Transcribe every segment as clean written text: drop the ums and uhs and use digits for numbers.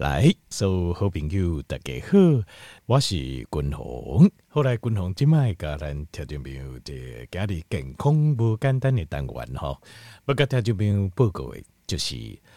来，所有好朋友大家好，我是君鸿。后来君鸿今摆甲咱听众朋友这今日健康无简单的单元吼，要甲听众朋友报告的就是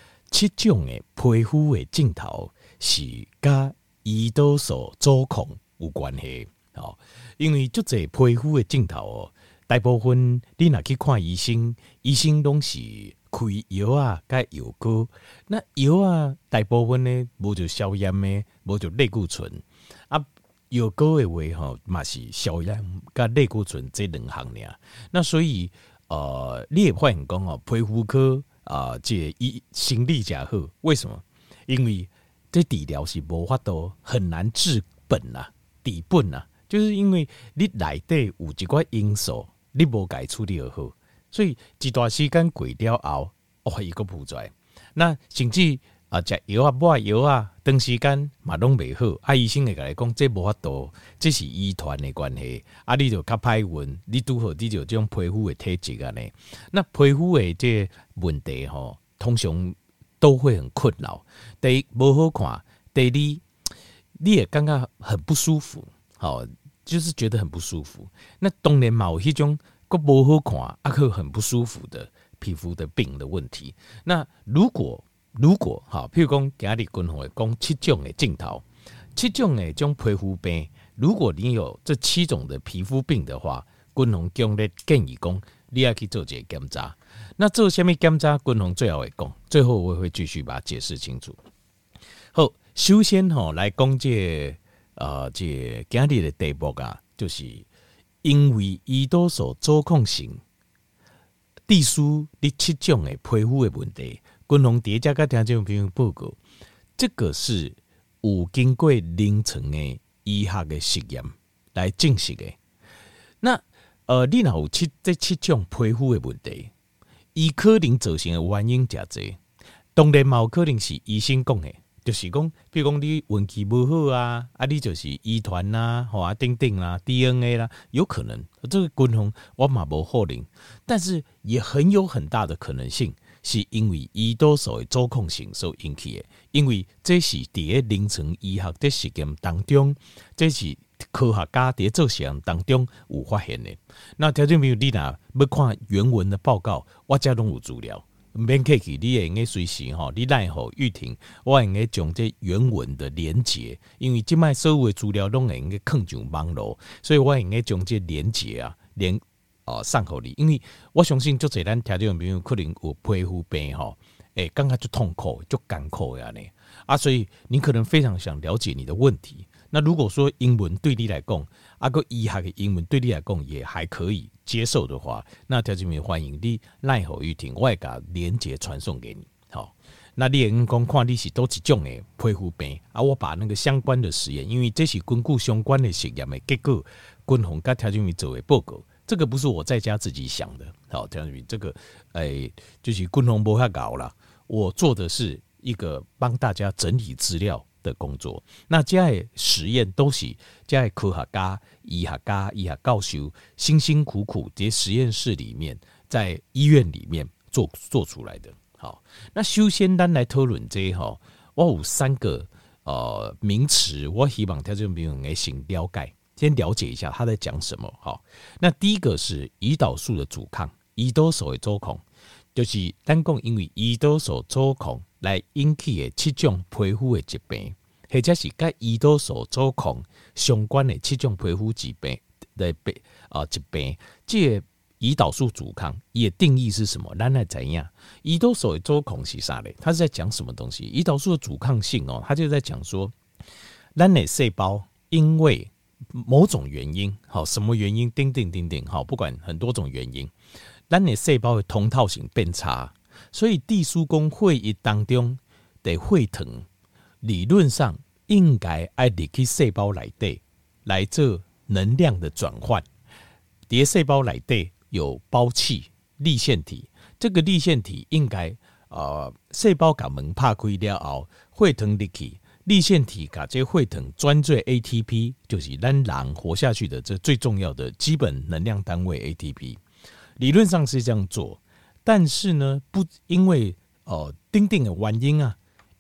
7种的皮肤的镜头是甲胰岛素阻抗有关系哦。因为足侪皮肤的镜头哦，大部分你若去看医生，医生拢是开药啊，甲药膏。那药啊，大部分呢无就消炎的，无就类固醇啊。药膏的话吼，嘛是消炎甲类固醇这两项尔。那所以你也发现讲哦，皮肤科这心理较好，为什么？因为这治疗是无法度很难治本啊，治本啊，就是因为你内底有一寡因素，你无解处理好。所以一段时间过了后，伊个浮出来。那甚至食药啊、买药啊，长时间嘛拢袂好。医生会甲你讲，这无法度，这是遗传的关系。你就较歹运，你拄好你就这种皮肤的体质安尼。那皮肤的这问题吼，通常都会很困扰。第一无好看，第二你也感觉很不舒服，好，就是觉得很不舒服。那当然嘛有迄种个不好看，可很不舒服的皮肤的病的问题。那如果好，譬如讲今日君鸿会讲7种的镜头，7种的种皮肤病，如果你有这7种的皮肤病的话，君鸿强烈建议讲你要去做一个检查。那做什么检查？君鸿最后会讲，最后我会继续把它解释清楚。好，首先来讲这今日的题目啊，就是因为胰岛素阻抗性，致使你7种的皮肤的问题。君鸿第一家跟听众朋友报告，这个是有经过临床的医学的实验来证实的。那你若有这7种皮肤的问题，伊可能造成的原因真多，当然嘛有可能是医生讲的。就是讲，比如讲你运气不好啊，你就是遗传啦，等等啦 ，DNA 啦，有可能这个均衡我嘛无否认，但是也很有很大的可能性，是因为胰岛素的阻抗性所引起的，因为这是伫临床医学的实验当中，这是科学家伫做实验当中有发现的。那条件朋友，你若要看原文的报告，我这拢有资料。免客气，你会用随时你赖互玉婷，我会用将这原文的连结，因为即摆所有的资料拢会用放上网络，所以我会用将这连结啊送互你。因为我相信足侪咱听众朋友可能有皮肤病感觉就痛苦、就艰苦呀呢所以你可能非常想了解你的问题。那如果说英文对你来讲，个医学的英文对你来讲也还可以接受的话，那条件欢迎你赖互玉婷，我会把连结传送给你。好，那你也讲看你是多几种的皮肤病我把那个相关的实验，因为这是根据相关的实验的结果，君鸿跟条件做的报告。这个不是我在家自己想的，好，条件这个就是君鸿无遐搞啦，我做的是一个帮大家整理资料的工作。那这些实验都是这些科学家、医学家、医学教授辛辛苦苦在实验室里面，在医院里面做出来的。好，那首先咱来讨论这我有3个名词，我希望听众朋友能先了解，先了解一下他在讲什么。好，那第一个是胰岛素的阻抗，胰岛素的阻抗，就是咱讲因为胰岛素阻抗来引起的7种皮肤的疾病，或者是跟胰岛素阻抗相关的7种皮肤疾病的疾病，这个胰岛素阻抗也定义是什么？咱来怎样？胰岛素的阻抗是啥嘞？它是在讲什么东西？胰岛素的阻抗性它就在讲说，咱的细胞因为某种原因，什么原因？叮，不管很多种原因，咱的细胞的通透性变差。所以地输公会议当中的血糖，理论上应该要入去细胞内底来做能量的转换。在细胞内底有胞器、粒线体，这个粒线体应该细胞把门打开了后，血糖入去，粒线体把这血糖转做 ATP， 就是咱人活下去的这最重要的基本能量单位 ATP。理论上是这样做。但是呢，不因为的原因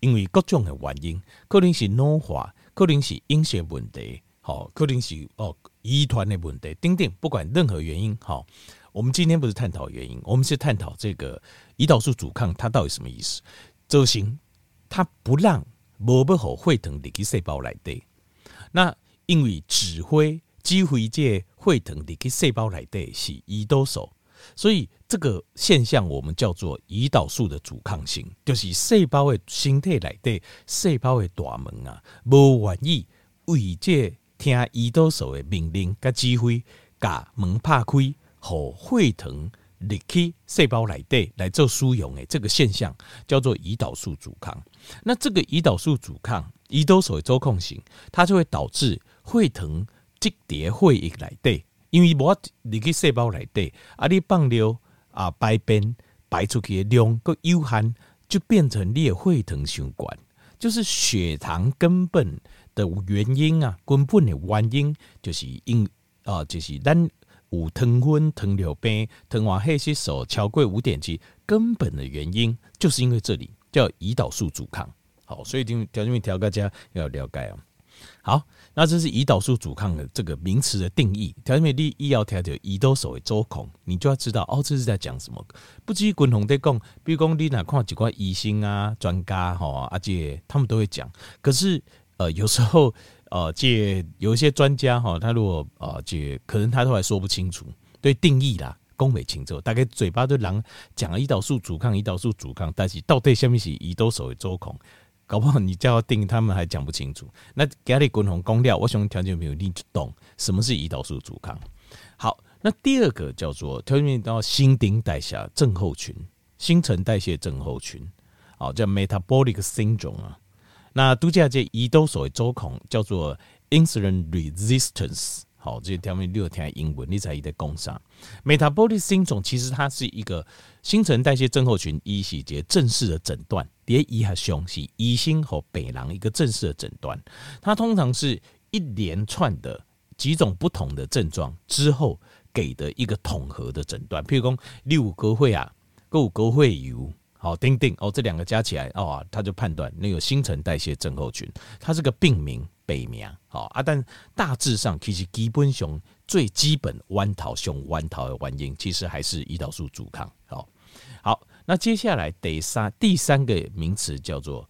因为各种的原因，可能是老化，可能是饮食问题，可能是遗传的问题，等等，不管任何原因，我们今天不是探讨原因，我们是探讨这个胰岛素阻抗它到底什么意思？周行它不让无要互血糖入去细胞内底，那因为指挥这血糖入去细胞内底是胰岛素。所以这个现象我们叫做胰岛素的阻抗性，就是细胞的身体内底细胞的大门啊，无愿意为这听胰岛素的命令甲指挥，把门拍开，互血糖入去细胞内底来做使用的这个现象叫做胰岛素阻抗。那这个胰岛素阻抗，胰岛素的周控性，它就会导致血糖积在血液内底。因为无入去细胞内底，你放尿排便排出去的量够有限，就变成你的血糖伤高，就是血糖根本的原因啊，根本的原因就是就是咱有糖分、糖尿病、糖化血色素超过5.7，根本的原因就是因为这里叫胰岛素阻抗。好，所以条件调大家要了解啊。好，那这是胰岛素阻抗的这个名词的定义。条件你要调胰岛素的周控，你就要知道这是在讲什么。不至于滚红在讲，比如讲你哪看几块医生啊、专家这他们都会讲。可是有时候这有一些专家他如果这可能他都还说不清楚，对定义啦。讲不清楚，大概嘴巴都人讲胰岛素阻抗，但是到底什么是胰岛素的周控？搞不好你叫他定，他们还讲不清楚。那给你滚红公料，我想条件朋友你就懂什么是胰岛素阻抗。好，那第二个叫做条件到新陈代谢症候群，新陈代谢症候群，叫 metabolic syndrome 啊。那度假这胰岛素的周控叫做 insulin resistance。好，这条面你有听英文，你才在讲啥 ？Metabolic syndrome 其实它是一个新陈代谢症候群，医是一个正式的诊断，在医学上是医生和病人一个正式的诊断。它通常是一连串的几种不同的症状之后给的一个统合的诊断。譬如说，你有高血压，有高血油。好，等等这两个加起来他就判断那个新陈代谢症候群，它是个病名。病名但大致上其实基本上最基本弯头的原因，其实还是胰岛素阻抗。好，那接下来第三个名词叫做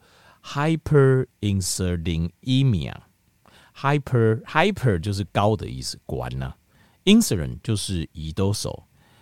hyperinsulinemia。hyper 就是高的意思，管啊 ，insulin 就是胰岛素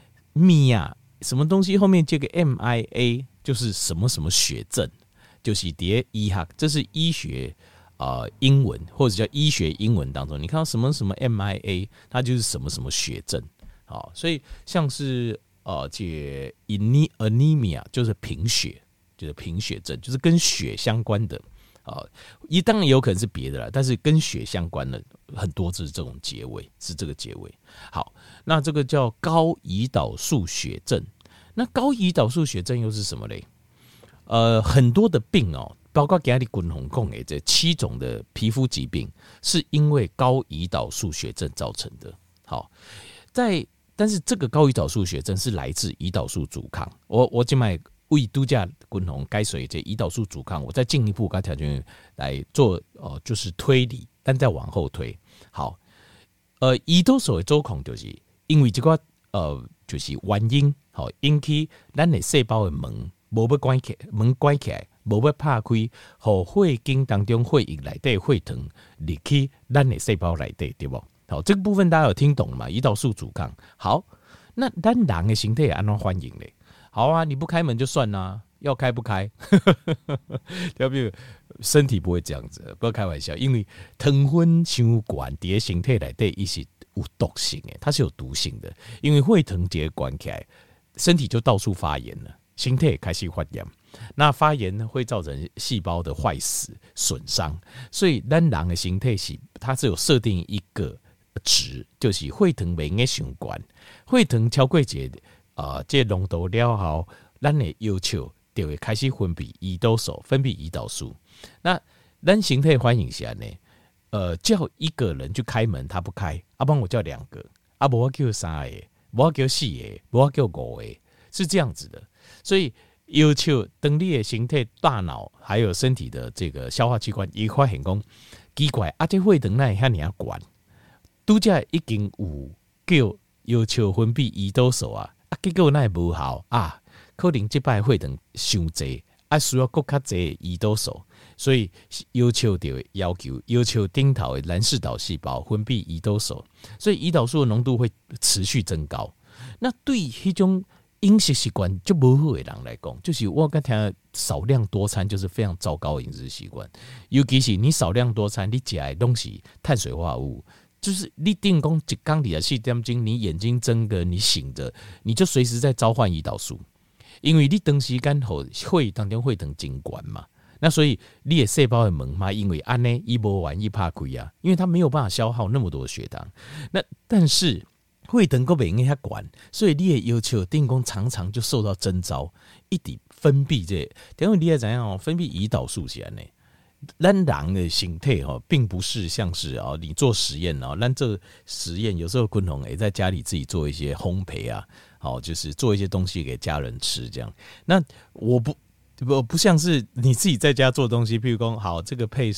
，mia 什么东西后面接个 mia 就是什么什么血症，就是在医学，这是医学。英文或者叫医学英文当中，你看到什么什么 MIA， 它就是什么什么血症。所以像是这 anemia 就是贫血，就是贫血症，就是跟血相关的。当然也有可能是别的啦，但是跟血相关的很多是这种结尾，是这个结尾。好，那这个叫高胰岛素血症。那高胰岛素血症又是什么嘞？很多的病包括今天滚红讲的这7种的皮肤疾病，是因为高胰岛素血症造成的。好，但是这个高胰岛素血症是来自胰岛素阻抗。我今麦为度假滚红该水这胰岛素阻抗，我再进一步跟条件来做就是推理，但再往后推。好，胰岛素的周控就是因为这个就是原因，好引起咱的细胞的门无要关起，门关起来。无要拍开，互血经当中血液内底血糖入去咱的细胞内底，对不？好，这个部分大家有听懂了吗？胰岛素阻抗。好，那咱人的身体安怎反应嘞？好啊，你不开门就算啦，要开不开？要不身体不会这样子，不要开玩笑，因为糖分伤高，在身体内底它是有毒性的，它是有毒性的，因为血糖结关起来，身体就到处发炎了，身体也开始发炎。那发炎呢，会造成细胞的坏死损伤，所以咱人的身体它是有设定一个值，就是血糖不应该伤高，血糖超过这浓度了后，咱的要求就会开始分泌胰岛素。那咱身体反应下呢，叫一个人去开门，他不开，帮我叫2个，不我叫3个，不我叫4个，不我叫5个，是这样子的，所以。 要求当你的身体、大脑还有身体的这个消化器官，伊发现讲奇怪，这血糖哪会遐尔悬？拄则已经有叫要求分泌胰岛素啊，结果哪会无效啊？可能这摆血糖伤济，需要更较济胰岛素，所以要求顶头的蓝氏岛细胞分泌胰岛素，所以胰岛素的浓度会持续增高。那对迄种饮食习惯就不好的人来讲，就是我刚听少量多餐就是非常糟糕的饮食习惯，尤其是你少量多餐，你吃的东西碳水化合物。就是你定讲一天24点钟，你眼睛睁着，你醒着，你就随时在召唤胰岛素，因为你长时间后血当中血糖真悬嘛，那所以你的细胞的门嘛，因为安呢一无完一拍开啊，因为它没有办法消耗那么多的血糖，那但是血糖还袂遐悬，所以你的要求定讲常常就受到征召，一直分泌这个，等于你也怎样分泌胰岛素是安尼。咱人的形态并不是像是你做实验咱这实验有时候昆宏也在家里自己做一些烘焙啊，就是做一些东西给家人吃这样。那我不像是你自己在家做东西，譬如说好这个配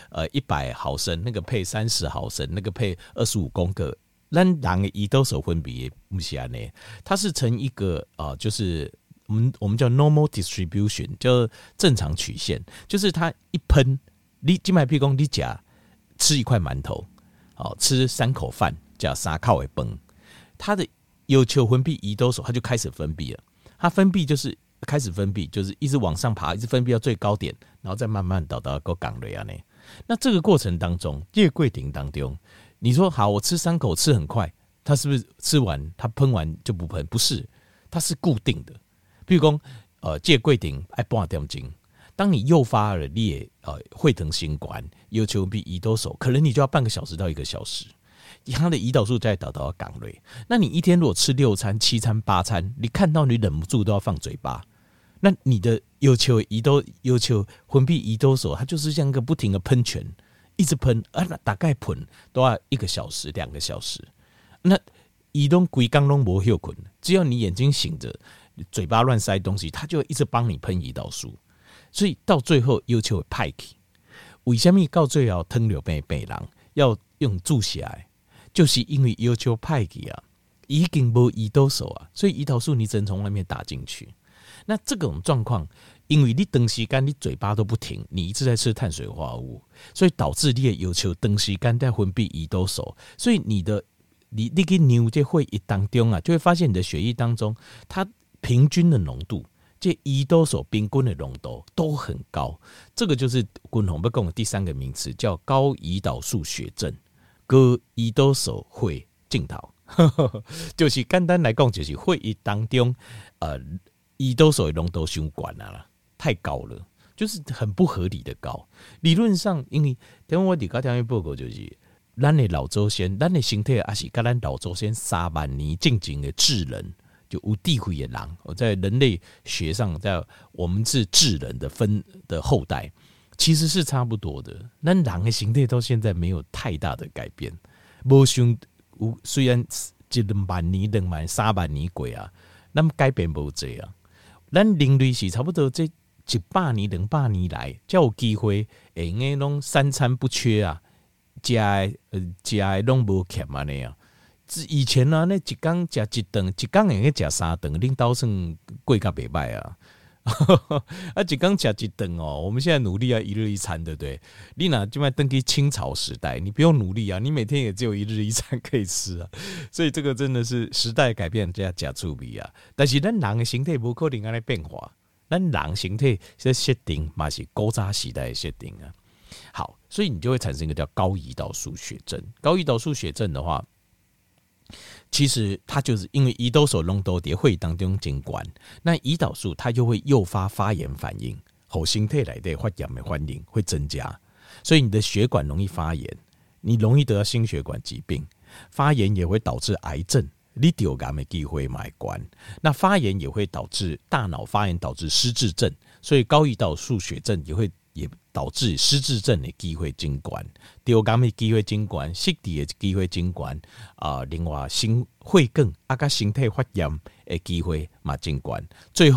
100毫升，那个配30毫升，那个配25公克，咱人的胰岛素分泌不是安尼，它是成一个就是我们叫 normal distribution， 叫正常曲线，就是它一喷，你今摆譬如说你吃一块馒头，吃3口饭，吃3口的饭，它的要求分泌胰岛素，它就开始分泌了。它开始分泌，就是一直往上爬，一直分泌到最高点，然后再慢慢到个港类啊呢。那这个过程当中，这个过程当中，你说好，我吃3口吃很快，它是不是吃完它喷完就不喷？不是，它是固定的。比如说，这过程要半点钟，当你诱发了你的血糖升高，要求比胰岛素，可能你就要半个小时到1个小时，它的胰岛素再到港内。那你一天如果吃6餐、7餐、8餐，你看到你忍不住都要放嘴巴，那你的要求分泌胰岛素，它就是像一个不停的喷泉，一直喷大概喷都要1个小时、2个小时。那伊拢规工拢无休困，只要你眼睛醒着。嘴巴乱塞东西，它就会一直帮你喷胰岛素，所以到最后要求会派去。为什么到最后糖尿病人要用注射的？就是因为要求派去啊，已经没胰岛素啊，所以胰岛素你只能从外面打进去。那这种状况，因为你长时间你嘴巴都不停，你一直在吃碳水化合物，所以导致你的要求长时间在分泌胰岛素，所以你去牛这血液当中啊，就会发现你的血液当中它。平均的浓度，这胰岛素平均的浓度都很高，这个就是昆宏要讲的第3个名词，叫高胰岛素血症，高胰岛素血镜头，就是简单来讲，就是血液当中胰岛素的浓度太高了，太高了，就是很不合理的高。理论上，因为等我伫家听报告就是，咱的老祖先，咱的身体也是跟咱老祖先3万年进前的智人。就无地慧的人，在人类学上，在我们是智人的后代，其实是差不多的。那人的形态到现在没有太大的改变，虽然1万年、2万、3万年过啊，那么改变无这样。咱人类是差不多这100年、200年来，才有机会会用的拢3餐不缺啊，吃的拢无欠啊那样。以前呢，那一天吃1顿，一天会去吃3顿，领导算过较袂歹啊。一天吃1顿哦，我们现在努力要1日1餐，对不对？你哪就卖登去清朝时代，你不用努力啊，你每天也只有1日1餐可以吃啊。所以这个真的是时代改变加趣味啊。但是咱人的形态不可能安尼变化，咱人形态这设定嘛是古早时代的设定啊。好，所以你就会产生一个叫高胰岛素血症。高胰岛素血症的话。其实它就是因为胰岛素浓度在血液当中真高，那胰岛素它就会诱发发炎反应，让身体内的发炎的反应会增加，所以你的血管容易发炎，你容易得到心血管疾病，发炎也会导致癌症，你得癌的机会蛮高，那发炎也会导致大脑发炎，导致失智症，所以高胰岛素血症也导致失智症的机会真高，得癌的机会真高，失智的机会真高另外心血管跟身体发炎的机会嘛真高，最后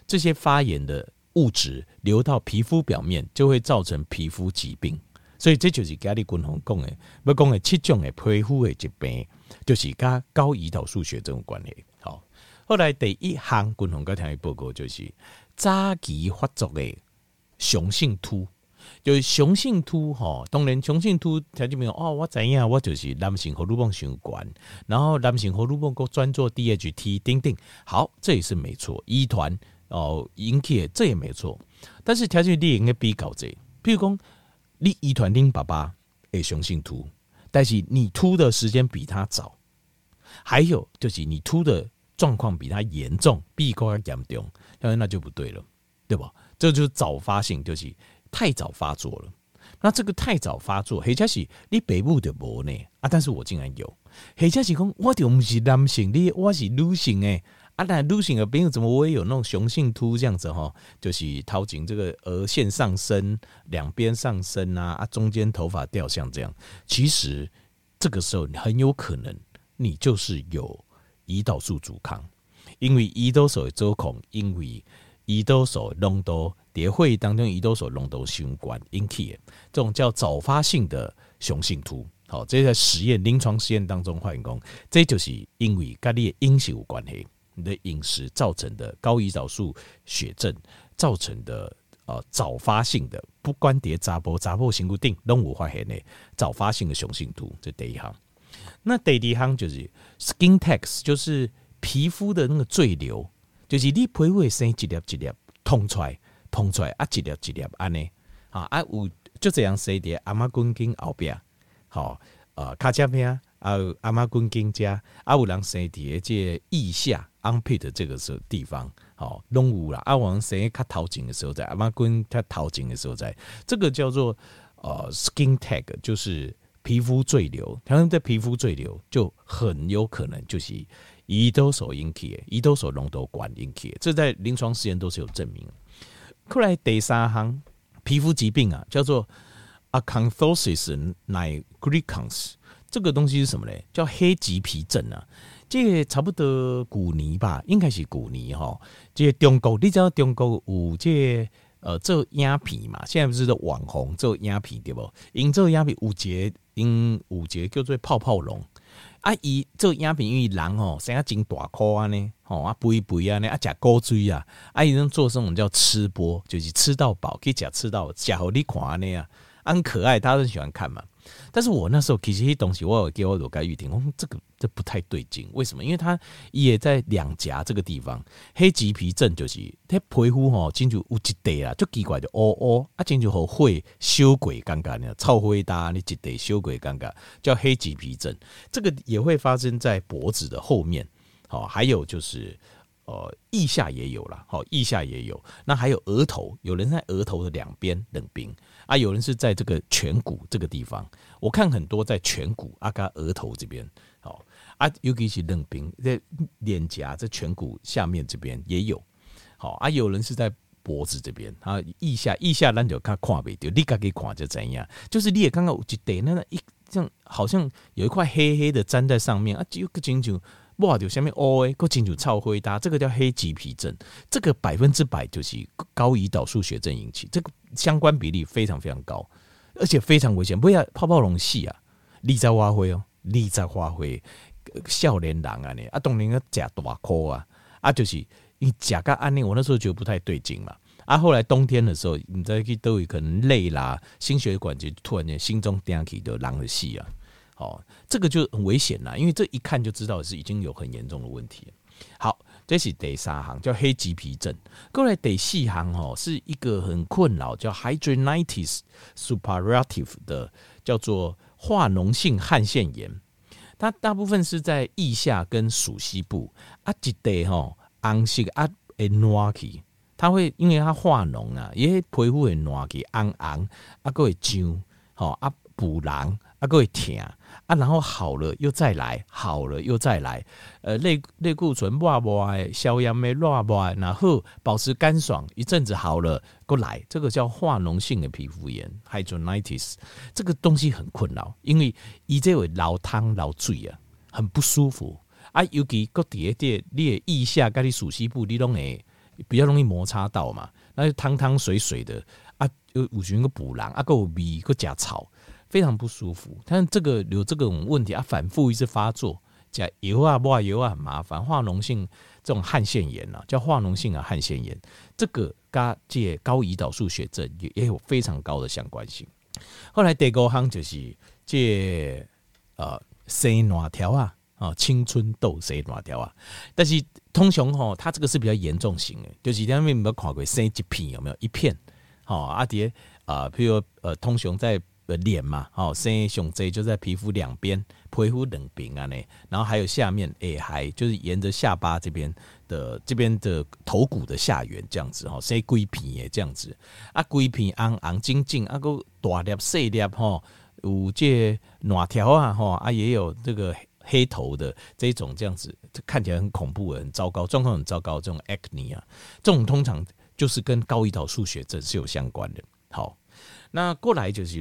这些发炎的物质流到皮肤表面，就会造成皮肤疾病。所以这就是今日君鸿讲的，要讲的7种的皮肤的疾病，就是跟高胰岛素血症有关系。好，后来第一项君鸿跟听的报告就是早期发作的雄性秃。就是雄性秃当然雄性秃条件没有我知影我就是男性荷尔蒙伤悬，然后男性荷尔蒙够专做 DHT 等等，好，这也是没错，遗传引起的这也没错，但是条件你应该比较这，譬如说你遗传你爸爸会雄性秃，但是你秃的时间比他早，还有就是你秃的状况比他严重，比他严重，那就不对了，对吧？这就是早发性，就是太早发作了。那这个太早发作，或者是你爸母就无呢但是我竟然有，或者是讲我就不是男性，我是女性但女性的朋友怎么我也有那种雄性秃这样子就是头颈这个额线上升，两边上升中间头发掉像这样，其实这个时候很有可能你就是有胰岛素阻抗，因为胰岛素的阻抗，因为胰岛素浓度在血液当中胰岛素浓度相关引起的，这种叫早发性的雄性秃。好，这在临床实验当中发现，这就是因为跟你的饮食有关系，你的饮食造成的高胰岛素血症造成的早发性的，不管在查甫身躯顶都有发现的早发性的雄性秃，这第一项。那第二项就是 skin tax， 就是皮肤的那个赘瘤。就是你皮肤会生一粒一粒痛出来一粒一粒安尼有就这样生在阿妈棍茎后边，脚趾边阿妈棍茎家有人生在这腋下 armpit 这个地方，拢有啦。有人生在较头前的时候在阿妈棍较头前的时候在，这个叫做skin tag， 就是皮肤赘瘤。他们的皮肤赘瘤就很有可能就是胰岛素引起的，胰岛素浓度高引起的，这在临床实验都是有证明的。后来第三项皮肤疾病叫做 acanthosis nigricans， 这个东西是什么呢？叫黑棘皮症这个差不多旧年吧，应该是旧年这个中国，你知道中国有这个做影片嘛？现在不是都网红做影片对不？因做影片有一个叫做泡泡龙。伊做影片，因为人生啊真大颗安尼，肥肥安尼食古水伊能做这种叫吃播，就是吃到饱，可以吃到食互你看安尼很可爱，大家都喜欢看嘛。但是我那时候其实这东西我有给我罗盖玉婷，这不太对劲，为什么？因为它也在两颊这个地方，黑棘皮症就是它皮肤真就有一地啦，就奇怪就乌真就好血小过尴尬呢，臭灰搭你一地小过尴尬，叫黑棘皮症。这个也会发生在脖子的后面，还有就是腋下也有啦，腋下也有，那还有额头，有人在额头的两边冷冰有人是在这个颧骨这个地方，我看很多在颧骨跟额头这边，尤其是冷冰在脸颊这颧骨下面这边也有，有人是在脖子这边腋下咱就看不到，你自己看就怎样，就是你也刚刚有一点这样好像有一块黑黑的粘在上面就真就哇，就下面够清楚超灰搭，这个叫黑棘皮症，这个100%就是高胰岛素血症引起，这个相关比例非常非常高，而且非常危险。不要泡泡龙戏你在花灰你在花灰，少年人当然要吃大颗就是你吃到安尼，我那时候觉得不太对劲嘛。后来冬天的时候，你再去都有可能累啦，心血管就突然间心中叮起的人的戏这个就很危险啦，因为这一看就知道是已经有很严重的问题了。好，这是第三项叫黑棘皮症。过来第四项是一个很困扰叫 hidradenitis suppurativa 的，叫做化脓性汗腺炎。它大部分是在腋下跟属膝部一地红色会烂起，它会因为它化脓也皮肤会烂起，红还会痒补狼还会痛然后好了又再来，好了又再来，类固醇抹抹，消炎的抹抹，然后保持干爽一阵子好了，过来，这个叫化脓性的皮肤炎 hidradenitis， 这个东西很困扰，因为它这会流汤流水很不舒服尤其搁伫你的腋下跟你属膝部，你拢会比较容易摩擦到嘛，那就汤汤水水的啊，有时候补狼啊，够有味，够假草，非常不舒服。但这个有这种问题啊，反复一直发作，加油啊、抹油啊很麻烦。化脓性这种汗腺炎啊，叫化脓性汗腺炎，这个跟这高胰岛素血症也有非常高的相关性。后来第五项就是这生卵条啊。青春痘生卵条啊，但是通常它这个是比较严重型的，就是他们有没有看过生一片有没有一片？譬如通常在脸嘛，生上这就在皮肤两边，皮肤两边啊呢，然后还有下面还就是沿着下巴这边的头骨的下缘这样子生规片也这样子啊，规片红红净净啊，个大粒细粒有这卵条啊也有这个。黑头的这种这样子看起来很恐怖很糟糕，状况很糟糕，这种 acne 啊，这种通常就是跟高胰岛素血症是有相关的。好，那过来就是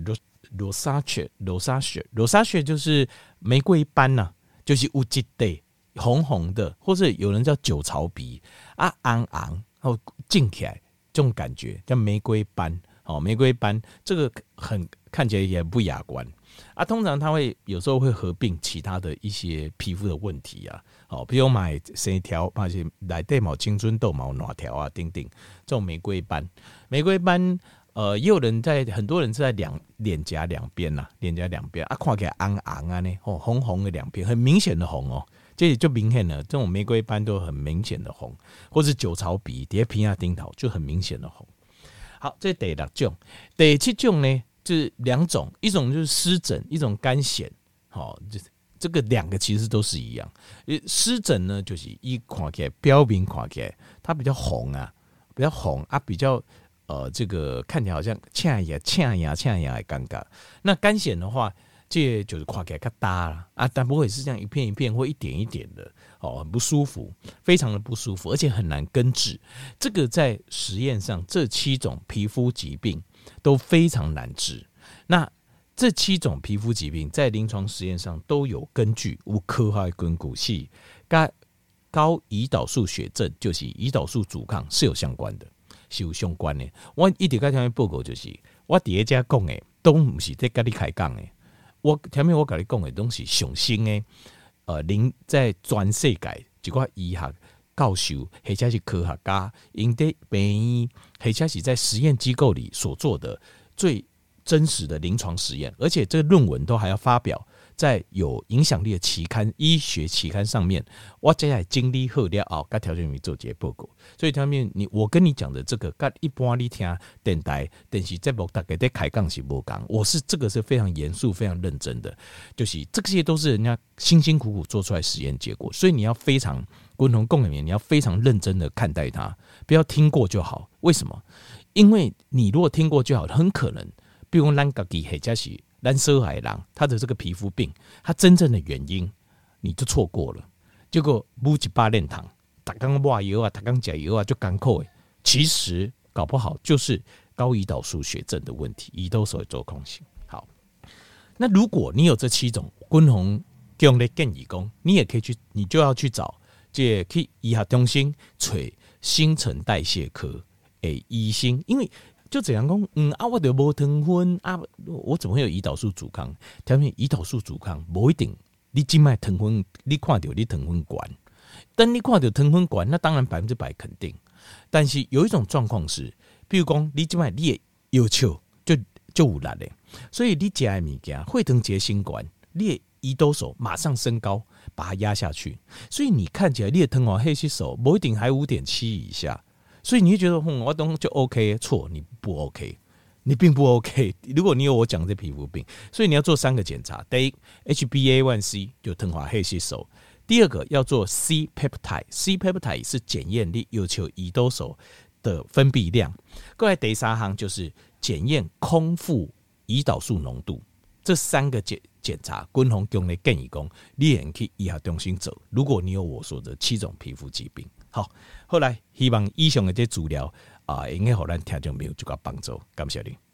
rosacea 就是玫瑰斑呐，就是有一块红红的，或者有人叫酒槽鼻啊，昂昂然后静起来这种感觉叫玫瑰斑。玫瑰斑这个很看起来也不雅观啊，通常它会有时候会合并其他的一些皮肤的问题啊，比如买生条，而且内底毛青春痘、毛卵条啊，等等，这种玫瑰斑，也有人很多人是在脸颊两边呐，脸颊两边啊，看起来昂昂啊呢，红红的两边，很明显的红哦，这就明显了，这种玫瑰斑都很明显的红，或是酒槽鼻、蝶皮亚丁桃就很明显的红。好，这第六种，第七种呢，就是两种，一种就是湿疹，一种干癣。这个两个其实都是一样。湿疹呢，就是一看起来标明看起来它比较红啊，比较这个看起来好像呛牙的尴尬。那干癣的话，这就是看起来较大了啊，但不会是这样一片一片或一点一点的。很不舒服，非常的不舒服，而且很难根治。这个在实验上，这7种皮肤疾病都非常难治。那这7种皮肤疾病在临床实验上都有根据，有科学根据是跟高胰岛素血症，就是胰岛素阻抗是有相关的，是有相关的。我一直跟他们报告就是，我第一家讲的都不是在跟你开讲的，前面我跟你讲的都是上新的。在全世界一个医学教授或者是科学家，因在病院或者是在实验机构里所做的最真实的临床实验，而且这个论文都还要发表在有影响力的期刊、医学期刊上面。我接下来经历后了后，跟条件员做这些报告。所以他们我跟你讲的这个，跟一般你听电台、电视节目大概在开讲是不讲。这个是非常严肃、非常认真的，就是这些都是人家辛辛苦苦做出来实验结果，所以你要非常共同共勉，你要非常认真的看待它，不要听过就好。为什么？因为你如果听过就好，很可能，比如咱自己或者是咱小孩人，他的这个皮肤病，他真正的原因你就错过了。结果补一百链糖，每天抹油啊，每天吃油啊，就艰苦的。其实搞不好就是高胰岛素血症的问题，胰岛素的做空性。好，那如果你有这7种，君鸿强烈建议讲，你也可以去，你就要去找这去医学中心找新陈代谢科的医生，因为就这样讲，我就无糖分啊，我怎么会有胰岛素阻抗？他们胰岛素阻抗不一定。你今麦糖分，你看到你糖分高，等你看到糖分高，那当然100%肯定。但是有一种状况是，比如讲你今麦你的要求就有力的，所以你吃的物件血糖结心管，你的胰岛素马上升高，把它压下去。所以你看起来你的糖化黑吸手不一定还5.7以下，所以你会觉得我懂就 OK， 错，你不 OK。你并不 OK， 如果你有我讲这皮肤病，所以你要做3个检查。第一 HbA1c 就糖化血吸收，第二个要做 C peptide，C peptide 是检验你要求胰岛素的分泌量。过来第3项就是检验空腹胰岛素浓度。这3个检查，君鸿强烈建议讲，你也去医学中心做。如果你有我说的7种皮肤疾病，好，后来希望以上的这资料。应该让咱听众朋友就个帮助，感谢你。